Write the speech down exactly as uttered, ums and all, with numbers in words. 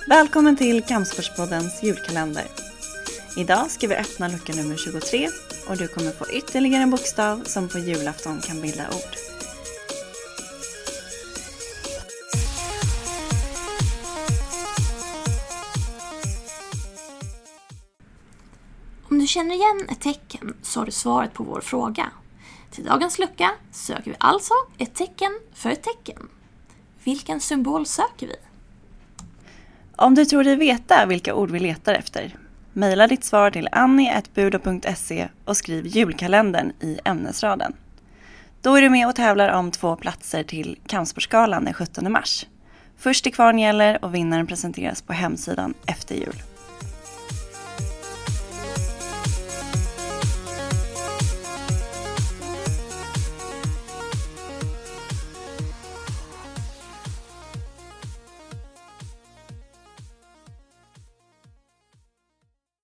Välkommen till Kampsportspoddens julkalender. Idag ska vi öppna lucka nummer tjugotre och du kommer få ytterligare en bokstav som på julafton kan bilda ord. Om du känner igen ett tecken så har du svaret på vår fråga. Till dagens lucka söker vi alltså ett tecken för ett tecken. Vilken symbol söker vi? Om du tror dig veta vilka ord vi letar efter, mejla ditt svar till annie at budo punkt se och skriv julkalendern i ämnesraden. Då är du med och tävlar om två platser till Kampsportsgalan den sjuttonde mars. Först till kvarn gäller och vinnaren presenteras på hemsidan efter jul.